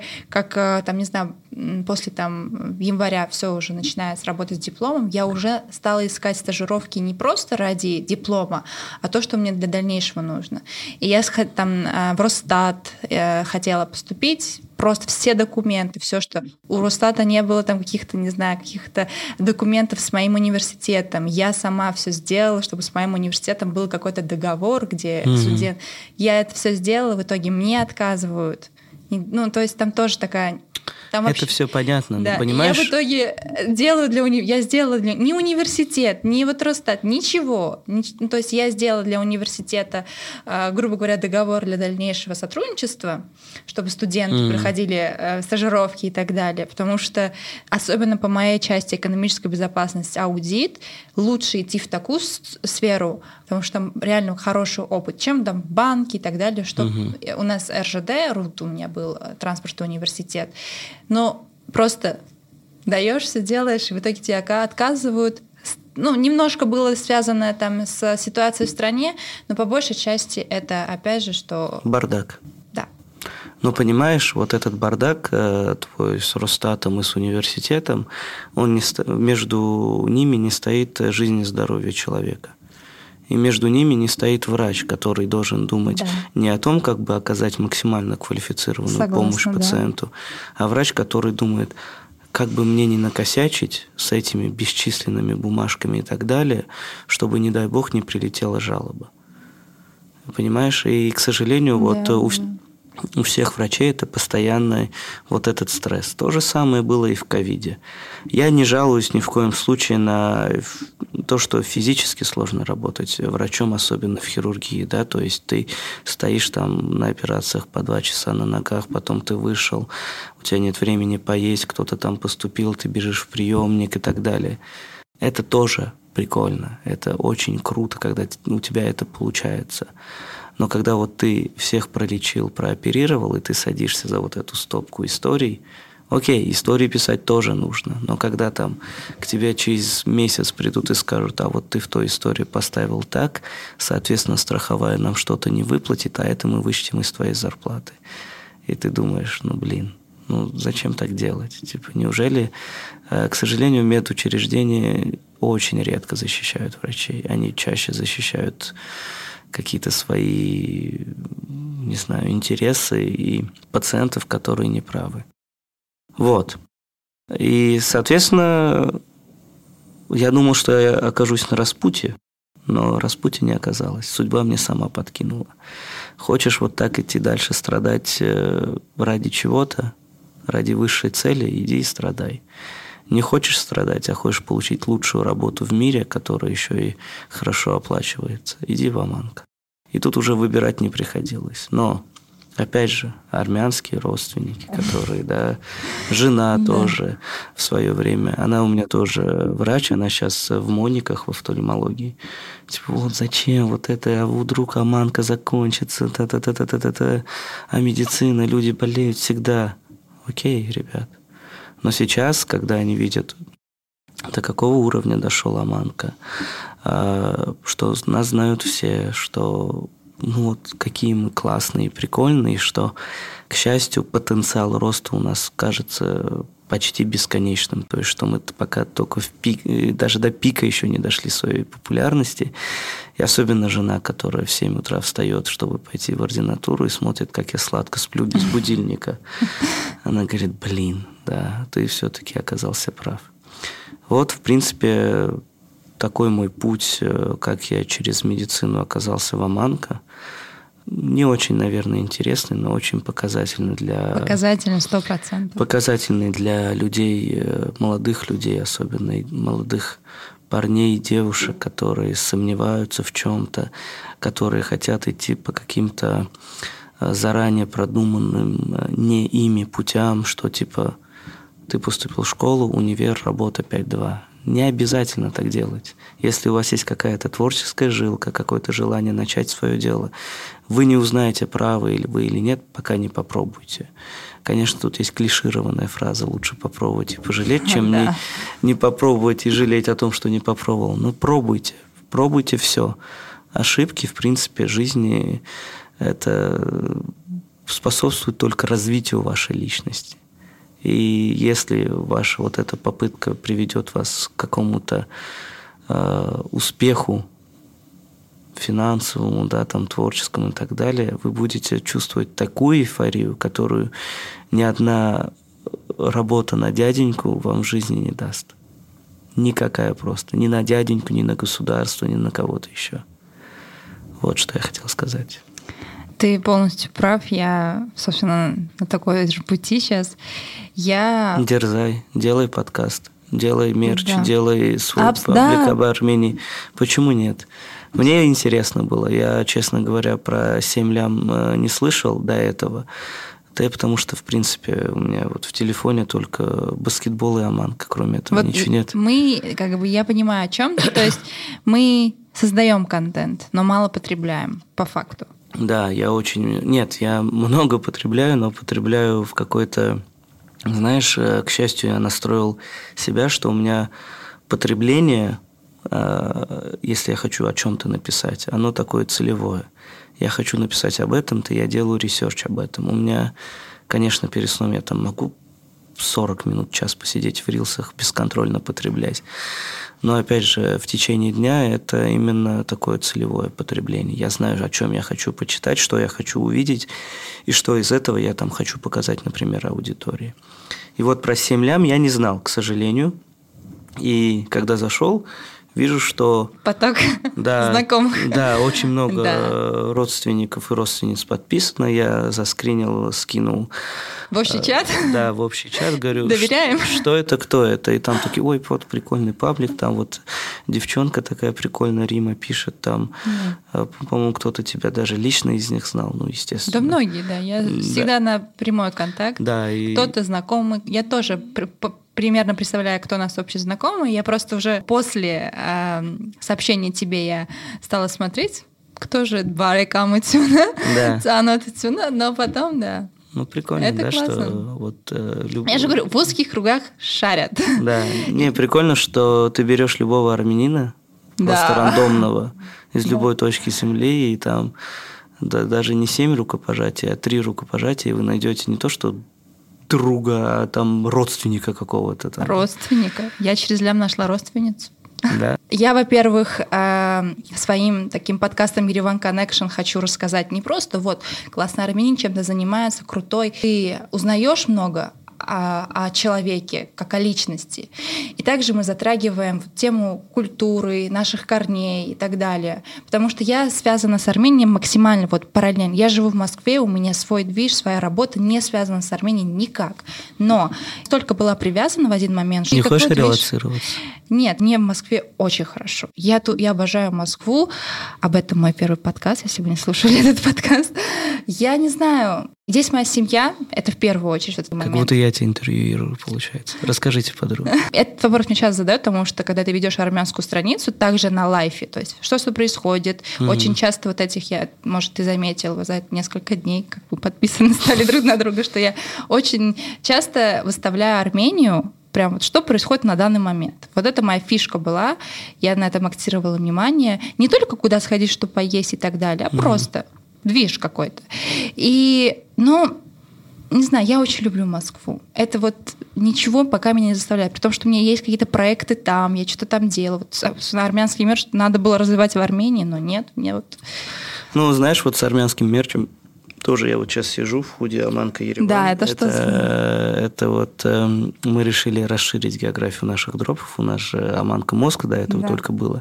после января все уже начиная с работы с дипломом, я уже стала искать стажировки не просто ради диплома, а то, что мне для дальнейшего нужно. И я в Росстат хотела поступить, просто все документы, все, что у Росстата не было каких-то документов с моим университетом. Я сама все сделала, чтобы с моим университетом был какой-то договор, где студент... Я это все сделала, в итоге мне отказывают. То есть там тоже такая... Это все понятно, да. Понимаешь? Я в итоге я сделала не университет, не Росстат, ничего. То есть я сделала для университета, грубо говоря, договор для дальнейшего сотрудничества, чтобы студенты проходили стажировки и так далее. Потому что, особенно по моей части экономической безопасности, аудит, лучше идти в такую сферу, потому что там реально хороший опыт, чем там банки и так далее. У нас РЖД, РУТ у меня был, транспортный университет, но просто даешься, делаешь, и в итоге тебе отказывают. Немножко было связано там с ситуацией в стране, но по большей части это, опять же, что... Бардак. Да. Понимаешь, вот этот бардак твой с Росстатом и с университетом, между ними не стоит жизнь и здоровье человека. И между ними не стоит врач, который должен думать не о том, как бы оказать максимально квалифицированную помощь пациенту, а врач, который думает, как бы мне не накосячить с этими бесчисленными бумажками и так далее, чтобы, не дай бог, не прилетела жалоба. Понимаешь? И, к сожалению, у всех врачей это постоянный вот этот стресс. То же самое было и в ковиде. Я не жалуюсь ни в коем случае на то, что физически сложно работать врачом, особенно в хирургии, да, то есть ты стоишь там на операциях по 2 часа на ногах, потом ты вышел, у тебя нет времени поесть, кто-то там поступил, ты бежишь в приемник и так далее. Это тоже прикольно, это очень круто, когда у тебя это получается. Но когда вот ты всех пролечил, прооперировал, и ты садишься за вот эту стопку историй, окей, истории писать тоже нужно, но когда там к тебе через месяц придут и скажут, а вот ты в той истории поставил так, соответственно, страховая нам что-то не выплатит, а это мы вычтем из твоей зарплаты. И ты думаешь, зачем так делать? Неужели, к сожалению, медучреждения очень редко защищают врачей, они чаще защищают какие-то свои, интересы и пациентов, которые неправы. Вот. И, соответственно, Я думал, что я окажусь на распутье, но распутье не оказалось. Судьба мне сама подкинула. Хочешь вот так идти дальше, страдать ради чего-то, ради высшей цели, иди и страдай. Не хочешь страдать, а хочешь получить лучшую работу в мире, которая еще и хорошо оплачивается, иди в Аманка. И тут уже выбирать не приходилось. Но, опять же, армянские родственники, которые, да, жена тоже в свое время, она у меня тоже врач, она сейчас в Мониках, в офтальмологии. Типа, вот зачем вот это, а вдруг Аманка закончится, та-та-та-та-та-та, а медицина, люди болеют всегда. Окей, ребят. Но сейчас, когда они видят, до какого уровня дошел Аманка, что нас знают все, что вот какие мы классные, прикольные, что, к счастью, потенциал роста у нас кажется почти бесконечным. То есть, что мы пока только в пик, даже до пика еще не дошли своей популярности. И особенно жена, которая в 7 утра встает, чтобы пойти в ординатуру и смотрит, как я сладко сплю без будильника. Она говорит, блин, да, ты все-таки оказался прав. Вот, в принципе, такой мой путь, как я через медицину оказался в Аманка. Не очень, наверное, интересный, но очень показательный для... Показательный, 100%. Показательный для людей, молодых людей, особенно молодых парней и девушек, которые сомневаются в чем-то, которые хотят идти по каким-то заранее продуманным не ими путям, что типа ты поступил в школу, универ, работа 5-2. Не обязательно так делать. Если у вас есть какая-то творческая жилка, какое-то желание начать свое дело, вы не узнаете, правы вы или нет, пока не попробуйте. Конечно, тут есть клишированная фраза «лучше попробовать и пожалеть», чем не попробовать и жалеть о том, что не попробовал. Но пробуйте все. Ошибки, в принципе, жизни это способствует только развитию вашей личности. И если ваша вот эта попытка приведет вас к какому-то успеху финансовому, да, там, творческому и так далее, вы будете чувствовать такую эйфорию, которую ни одна работа на дяденьку вам в жизни не даст. Никакая просто. Ни на дяденьку, ни на государство, ни на кого-то еще. Вот что я хотел сказать. Ты полностью прав. Я, собственно, на такой же пути сейчас. Дерзай, делай подкаст, делай мерч, делай свой паблик об Армении. Почему нет? Мне интересно было. Я, честно говоря, про 7 лям не слышал до этого. Да и потому что, в принципе, у меня вот в телефоне только баскетбол и Аманка, кроме этого вот ничего нет. Я понимаю, о чем ты. То есть мы создаем контент, но мало потребляем, по факту. Да, я много потребляю, но потребляю в какой-то... Знаешь, к счастью, я настроил себя, что у меня потребление, если я хочу о чем-то написать, оно такое целевое. Я хочу написать об этом-то, я делаю ресерч об этом. У меня, конечно, перед сном я там могу 40 минут, час посидеть в рилсах, бесконтрольно потреблять. Но, опять же, в течение дня это именно такое целевое потребление. Я знаю, о чем я хочу почитать, что я хочу увидеть, и что из этого я там хочу показать, например, аудитории. И вот про 7 лям я не знал, к сожалению. И когда зашел, вижу, что... Поток знакомых. Да, очень много родственников и родственниц подписано. Я заскринил, скинул. В общий чат? Да, в общий чат. Говорю, доверяем? Что это, кто это? И там такие, ой, вот прикольный паблик, там вот девчонка такая прикольная, Рима пишет, там, по-моему, кто-то тебя даже лично из них знал, ну, естественно. Да многие, да. Я всегда на прямой контакт. Да, кто-то знакомый. Я тоже примерно представляю, кто у нас общий знакомый. Я просто уже после сообщения тебе я стала смотреть, кто же барикам отсюда, отсюда, но потом, да. Ну, прикольно, это да, классно. Что вот... Я же говорю, в узких кругах шарят. Да, прикольно, что ты берешь любого армянина, просто рандомного, из любой точки земли, и там даже не 7 рукопожатий, а 3 рукопожатия, и вы найдете не то, что друга, а там родственника какого-то. Там. Родственника? Я через лям нашла родственницу. Да. Я, во-первых, своим таким подкастом Yerevan Connection хочу рассказать не просто вот классный армянин чем-то занимается, крутой. Ты узнаешь много о человеке, как о личности. И также мы затрагиваем тему культуры, наших корней и так далее. Потому что я связана с Арменией максимально параллельно. Я живу в Москве, у меня свой движ, своя работа, не связана с Арменией никак. Но столько была привязана в один момент. Не хочешь релацироваться? Нет, мне в Москве очень хорошо. Я обожаю Москву. Об этом мой первый подкаст, если вы не слушали этот подкаст. Я не знаю. Здесь моя семья, это в первую очередь в этот момент. Как будто я тебя интервьюирую, получается. Расскажите подробно. Этот вопрос мне сейчас задают, потому что когда ты ведешь армянскую страницу, также на лайфе, то есть что происходит. Очень часто может, ты заметил, за несколько дней, как вы подписаны стали друг на друга, что я очень часто выставляю Армению, прям что происходит на данный момент. Вот это моя фишка была, я на этом акцентировала внимание. Не только куда сходить, что поесть и так далее, а просто движ какой-то. И, не знаю, я очень люблю Москву. Это ничего пока меня не заставляет. При том, что у меня есть какие-то проекты там, я что-то там делаю. Армянский мерч надо было развивать в Армении, но нет, мне знаешь, с армянским мерчем тоже я сейчас сижу в худи Аманка Ереван. Да, это что? Это мы решили расширить географию наших дропов. У нас же Аманка Москва до этого только было.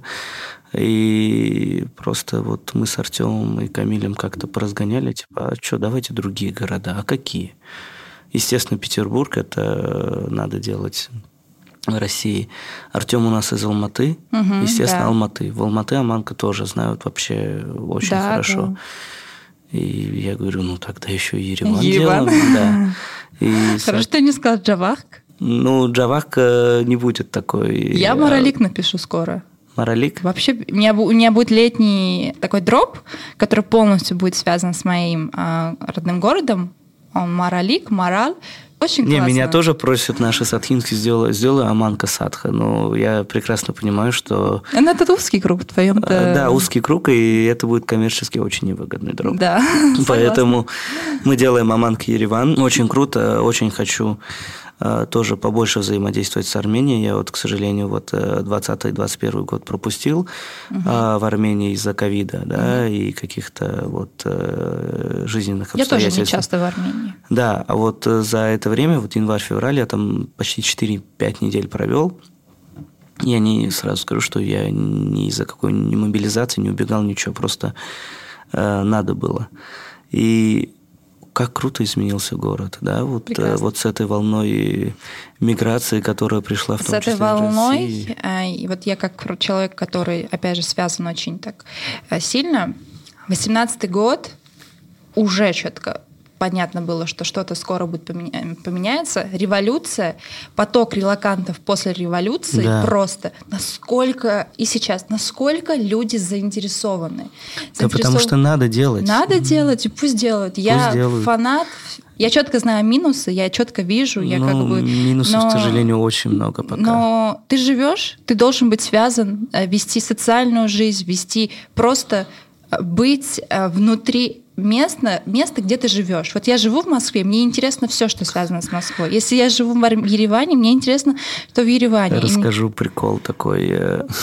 И просто мы с Артемом и Камилем как-то поразгоняли, давайте другие города. А какие? Естественно, Петербург, это надо делать в России. Артем у нас из Алматы, естественно, Алматы. В Алматы Аманка тоже знают вообще очень хорошо. Да. И я говорю, тогда еще и Ереван делаем. Да. Хорошо, что ты не сказал Джавахк. Джавахк не будет такой. Я Маралик напишу скоро. Маралик? Вообще, у меня будет летний такой дроп, который полностью будет связан с моим родным городом. Он Маралик, Марал. Очень классно. Меня тоже просят наши садхинки, сделай Аманка Садха, но я прекрасно понимаю, что... Это узкий круг в твоем-то... Да, узкий круг, и это будет коммерчески очень невыгодный дроп. Да, поэтому мы делаем Аманка Ереван. Очень круто, очень хочу тоже побольше взаимодействовать с Арменией. Я к сожалению, 2020-2021 год пропустил в Армении из-за ковида, и каких-то жизненных обстоятельств. Я тоже не часто в Армении. Да, а за это время, январь-февраль, я там почти 4-5 недель провел. Я не сразу скажу, что я ни из-за какой ни мобилизации не убегал, ничего, просто надо было. И как круто изменился город, да, с этой волной миграции, которая пришла в том числе в Россию. С этой волной, и я как человек, который, опять же, связан очень так сильно, 18-й год уже четко понятно было, что что-то скоро будет поменяется. Революция, поток релокантов после революции, просто насколько люди заинтересованы. Да, потому что надо делать. Надо делать, и пусть делают. Я фанат. Я четко знаю минусы, я четко вижу. Минусов, к сожалению, очень много пока. Но ты живешь, ты должен быть связан, вести социальную жизнь, просто быть внутри место, где ты живешь. Я живу в Москве, мне интересно все, что связано с Москвой. Если я живу в Ереване, мне интересно, что в Ереване. Расскажу прикол такой.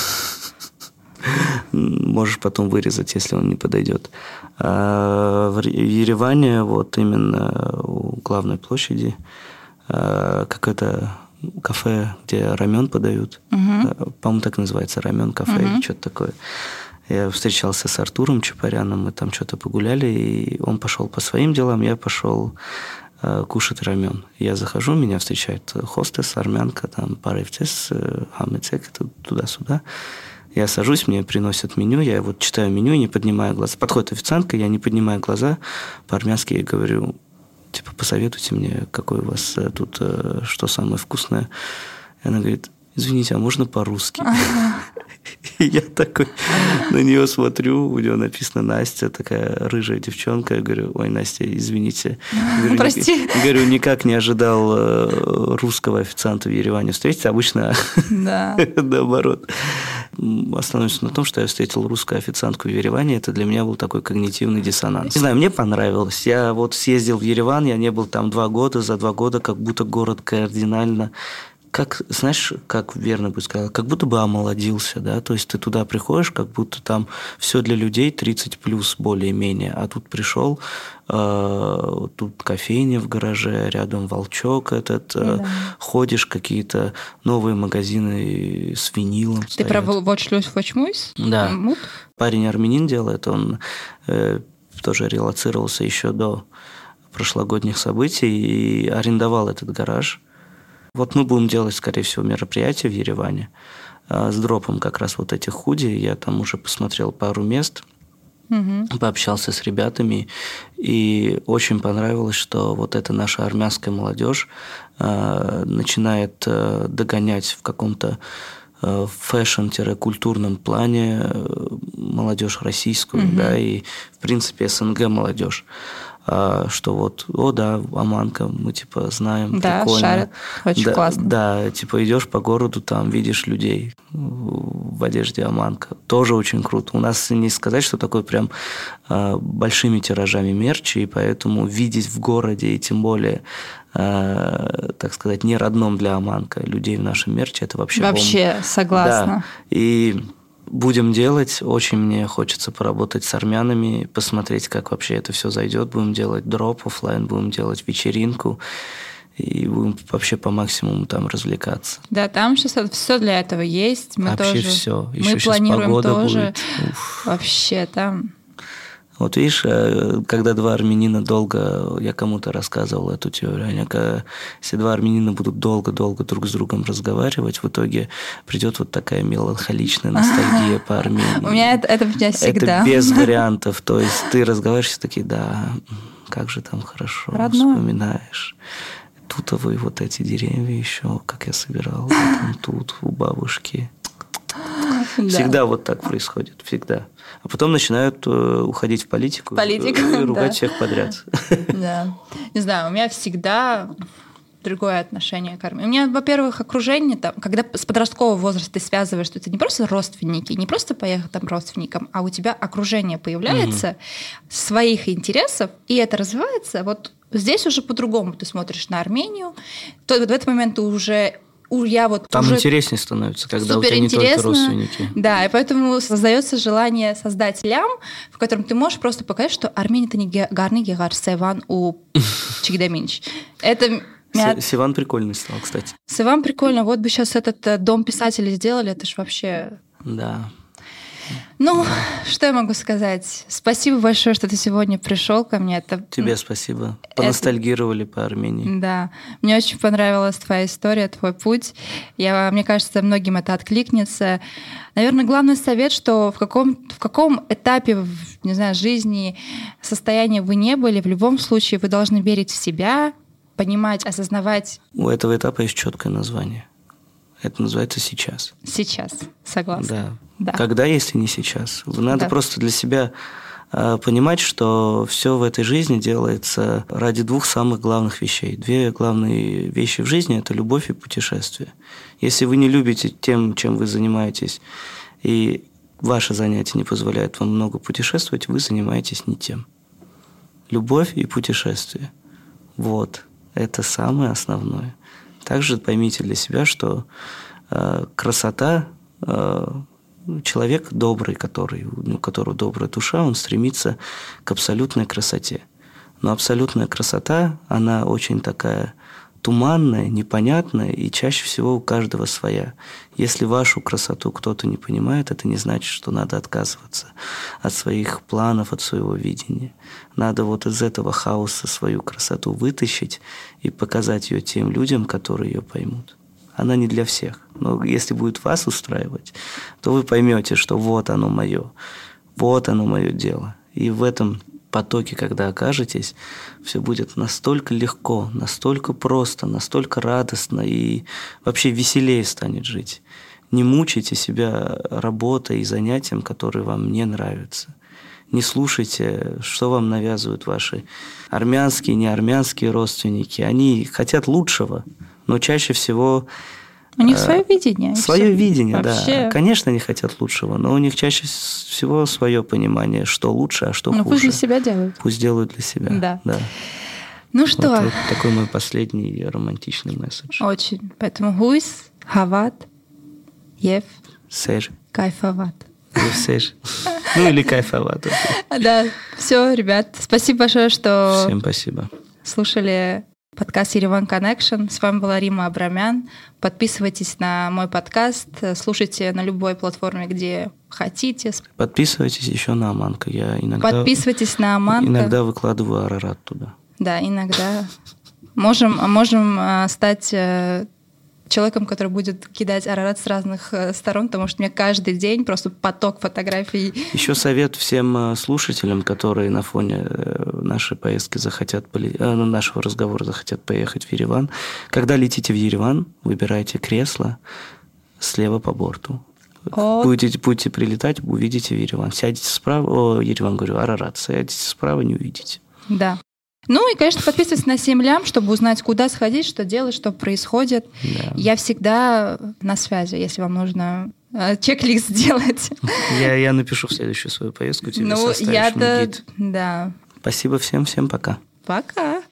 Можешь потом вырезать, если он не подойдет. В Ереване, именно у главной площади, какое-то кафе, где рамен подают. По-моему, так называется, рамен кафе или что-то такое. Я встречался с Артуром Чапаряном, мы там что-то погуляли, и он пошел по своим делам, я пошел кушать рамен. Я захожу, меня встречает хостес, армянка, там, паревцес, хамецек, туда-сюда. Я сажусь, мне приносят меню, я читаю меню, не поднимая глаза. Подходит официантка, я не поднимаю глаза, по-армянски я говорю, посоветуйте мне, какой у вас тут, что самое вкусное. И она говорит, извините, а можно по-русски? Я такой на нее смотрю, у нее написано Настя, такая рыжая девчонка. Я говорю, ой, Настя, извините. Прости. Говорю, никак не ожидал русского официанта в Ереване встретить. Обычно наоборот. Остановимся на том, что я встретил русскую официантку в Ереване. Это для меня был такой когнитивный диссонанс. Не знаю, мне понравилось. Я съездил в Ереван, я не был там 2 года. За 2 года как будто город кардинально знаешь, как верно бы сказал, как будто бы омолодился, да, то есть ты туда приходишь, как будто там все для людей 30 плюс более-менее, а тут пришел, тут кофейня в гараже, рядом волчок ходишь, какие-то новые магазины с винилом Ты стоят. про Watch Loose, Watch Moose? Да. Парень армянин делает, он тоже релоцировался еще до прошлогодних событий и арендовал этот гараж. Вот мы будем делать, скорее всего, мероприятие в Ереване с дропом как раз вот этих худи. Я там уже посмотрел пару мест, пообщался с ребятами, и очень понравилось, что вот эта наша армянская молодежь начинает догонять в каком-то фэшн-культурном плане молодежь российскую, да, и, в принципе, СНГ молодежь. Что вот, Аманка, мы, типа, знаем, да, прикольно. Шарят, очень классно. Да, типа, идешь по городу, там видишь людей в одежде Аманка. Тоже очень круто. У нас не сказать, что такой прям большими тиражами мерчи, и поэтому видеть в городе, и тем более, так сказать, не родном для Аманка людей в нашем мерче, это вообще бомба. Вообще, согласна. Да. И будем делать. Очень мне хочется поработать с армянами, посмотреть, как вообще это все зайдет. Будем делать дроп офлайн, будем делать вечеринку. И будем вообще по максимуму там развлекаться. Да, там сейчас все для этого есть. Мы вообще тоже, все. Мы планируем погода тоже. Будет. Вообще там... Вот видишь, когда два армянина долго, я кому-то рассказывал эту теорию, если два армянина будут долго-долго друг с другом разговаривать, в итоге придет вот такая меланхоличная ностальгия по Армении. У меня это всегда. Это без вариантов. То есть ты разговариваешь, такие, да, как же там хорошо, родное. Вспоминаешь. Тутовые вот эти деревья еще, как я собирал, там тут у бабушки. Всегда вот так происходит, всегда. А потом начинают уходить в политику и ругать всех подряд. Да. Не знаю, у меня всегда другое отношение к армии. У меня, во-первых, окружение, там, когда с подросткового возраста ты связываешь, что это не просто родственники, не просто поехать там родственникам, а у тебя окружение появляется своих интересов, и это развивается. Вот здесь уже по-другому ты смотришь на Армению. То в этот момент ты уже... Там уже интереснее становится, когда у тебя не только родственники. Да, и поэтому создается желание создать лям, в котором ты можешь просто показать, что Армения — это не гарный гегар Севан у Чигдаминч. Это... Севан прикольный стал, кстати. Севан прикольно. Вот бы сейчас этот дом писателей сделали, это ж вообще... Да. Ну, что я могу сказать? Спасибо большое, что ты сегодня пришел ко мне. Тебе спасибо. Поностальгировали по Армении. Да. Мне очень понравилась твоя история, твой путь. Мне кажется, многим это откликнется. Наверное, главный совет, что в каком этапе, не знаю, жизни, состояния вы не были, в любом случае вы должны верить в себя, понимать, осознавать. У этого этапа есть четкое название. Это называется сейчас. Сейчас, согласна. Да. Когда, если не сейчас? Надо просто для себя понимать, что все в этой жизни делается ради двух самых главных вещей. Две главные вещи в жизни – это любовь и путешествие. Если вы не любите тем, чем вы занимаетесь, и ваше занятие не позволяет вам много путешествовать, вы занимаетесь не тем. Любовь и путешествие. Вот. Это самое основное. Также поймите для себя, что красота, человек добрый, у которого добрая душа, он стремится к абсолютной красоте. Но абсолютная красота, она очень такая туманная, непонятная, и чаще всего у каждого своя. Если вашу красоту кто-то не понимает, это не значит, что надо отказываться от своих планов, от своего видения. Надо вот из этого хаоса свою красоту вытащить и показать ее тем людям, которые ее поймут. Она не для всех. Но если будет вас устраивать, то вы поймете, что вот оно мое дело. И в этом потоке, когда окажетесь, все будет настолько легко, настолько просто, настолько радостно и вообще веселее станет жить. Не мучайте себя работой и занятием, которые вам не нравятся. Не слушайте, что вам навязывают ваши армянские, неармянские родственники. Они хотят лучшего, но чаще всего... У них свое видение. Свое видение, вообще... да. Конечно, они хотят лучшего, но у них чаще всего свое понимание, что лучше, а что хуже. Пусть для себя делают. Пусть делают для себя. Да. Ну что? Вот такой мой последний романтичный месседж. Очень. Поэтому гусь, хават, ев, Сэр. кайфоват. Сэр. Ну или кайфоват. Да, все, ребят. Спасибо большое, что Всем спасибо. Слушали подкаст Ереван Connection. С вами была Рима Абрамян. Подписывайтесь на мой подкаст, слушайте на любой платформе, где хотите. Подписывайтесь еще на Аманка. Я иногда... Подписывайтесь на Аманка. Иногда выкладываю Арарат туда. Да, иногда. Можем стать человеком, который будет кидать Арарат с разных сторон, потому что у меня каждый день просто поток фотографий. Еще совет всем слушателям, которые на фоне нашей поездки нашего разговора захотят поехать в Ереван. Когда летите в Ереван, выбирайте кресло слева по борту. Будете прилетать, увидите Ереван. Сядете справа, Арарат, сядете справа, не увидите. Да. Ну и, конечно, подписывайтесь на 7 лям, чтобы узнать, куда сходить, что делать, что происходит. Да. Я всегда на связи, если вам нужно чек-лист сделать. Я напишу в следующую свою поездку, тебе составишь гид. Да. Спасибо всем пока. Пока.